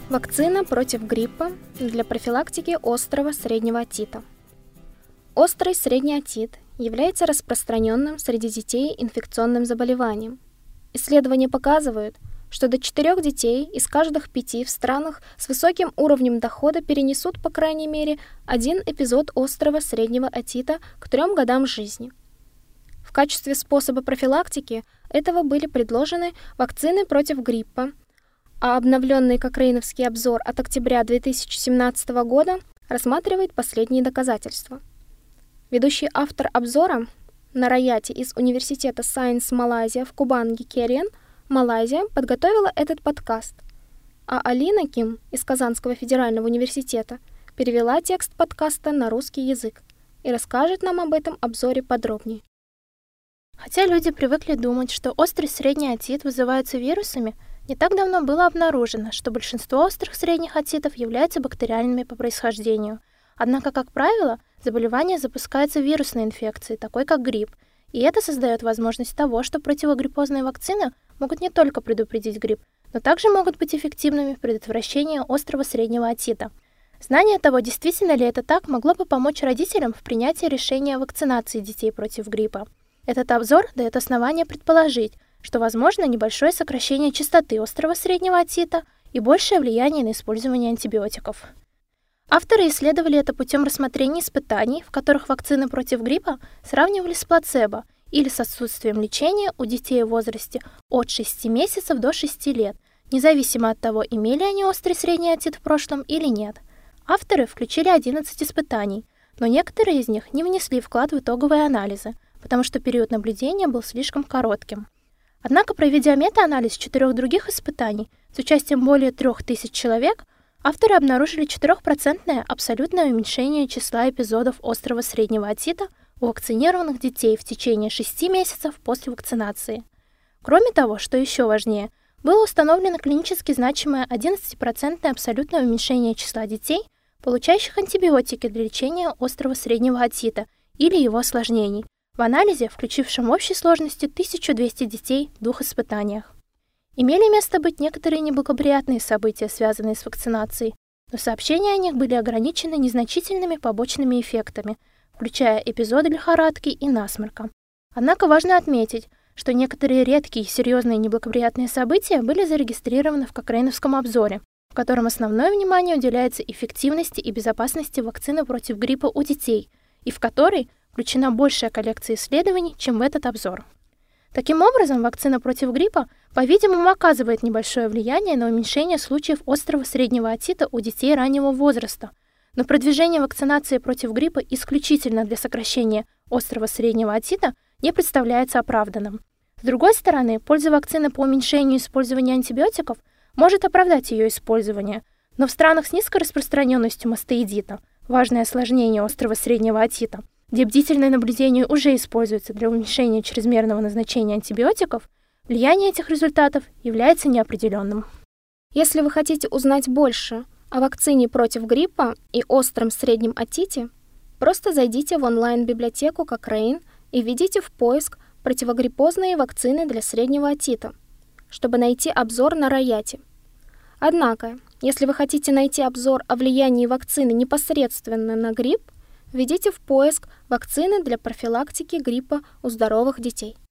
Вакцина против гриппа для профилактики острого среднего отита. Острый средний отит является распространенным среди детей инфекционным заболеванием. Исследования показывают, что до 4 детей из каждых 5 в странах с высоким уровнем дохода перенесут по крайней мере один эпизод острого среднего отита к 3 годам жизни. В качестве способа профилактики этого были предложены вакцины против гриппа, а обновленный кокрейновский обзор от октября 2017 года рассматривает последние доказательства. Ведущий автор обзора Нараяти из Университета Science Малайзия в Кубанге Керен, Малайзия, подготовила этот подкаст, а Алина Ким из Казанского федерального университета перевела текст подкаста на русский язык и расскажет нам об этом обзоре подробнее. Хотя люди привыкли думать, что острый средний отит вызывается вирусами, не так давно было обнаружено, что большинство острых средних отитов являются бактериальными по происхождению. Однако, как правило, заболевание запускается вирусной инфекцией, такой как грипп, и это создает возможность того, что противогриппозные вакцины могут не только предупредить грипп, но также могут быть эффективными в предотвращении острого среднего отита. Знание того, действительно ли это так, могло бы помочь родителям в принятии решения о вакцинации детей против гриппа. Этот обзор дает основание предположить, что возможно небольшое сокращение частоты острого среднего отита и большее влияние на использование антибиотиков. Авторы исследовали это путем рассмотрения испытаний, в которых вакцины против гриппа сравнивали с плацебо или с отсутствием лечения у детей в возрасте от 6 месяцев до 6 лет, независимо от того, имели они острый средний отит в прошлом или нет. Авторы включили 11 испытаний, но некоторые из них не внесли вклад в итоговые анализы, потому что период наблюдения был слишком коротким. Однако, проведя метаанализ 4 других испытаний с участием более 3000 человек, авторы обнаружили 4% абсолютное уменьшение числа эпизодов острого среднего отита у вакцинированных детей в течение 6 месяцев после вакцинации. Кроме того, что еще важнее, было установлено клинически значимое 11% абсолютное уменьшение числа детей, получающих антибиотики для лечения острого среднего отита или его осложнений, в анализе, включившем в общей сложности 1200 детей в 2 испытаниях. Имели место быть некоторые неблагоприятные события, связанные с вакцинацией, но сообщения о них были ограничены незначительными побочными эффектами, включая эпизоды лихорадки и насморка. Однако важно отметить, что некоторые редкие и серьезные неблагоприятные события были зарегистрированы в Кокрейновском обзоре, в котором основное внимание уделяется эффективности и безопасности вакцины против гриппа у детей, и в которой включена большая коллекция исследований, чем в этот обзор. Таким образом, вакцина против гриппа, по-видимому, оказывает небольшое влияние на уменьшение случаев острого среднего отита у детей раннего возраста, но продвижение вакцинации против гриппа исключительно для сокращения острого среднего отита не представляется оправданным. С другой стороны, польза вакцины по уменьшению использования антибиотиков может оправдать ее использование, но в странах с низкой распространенностью мастоидита, важное осложнение острого среднего отита, где бдительное наблюдение уже используется для уменьшения чрезмерного назначения антибиотиков, влияние этих результатов является неопределенным. Если вы хотите узнать больше о вакцине против гриппа и остром среднем отите, просто зайдите в онлайн-библиотеку Cochrane и введите в поиск противогриппозные вакцины для среднего отита, чтобы найти обзор на Нараяти. Однако, если вы хотите найти обзор о влиянии вакцины непосредственно на грипп, введите в поиск вакцины для профилактики гриппа у здоровых детей.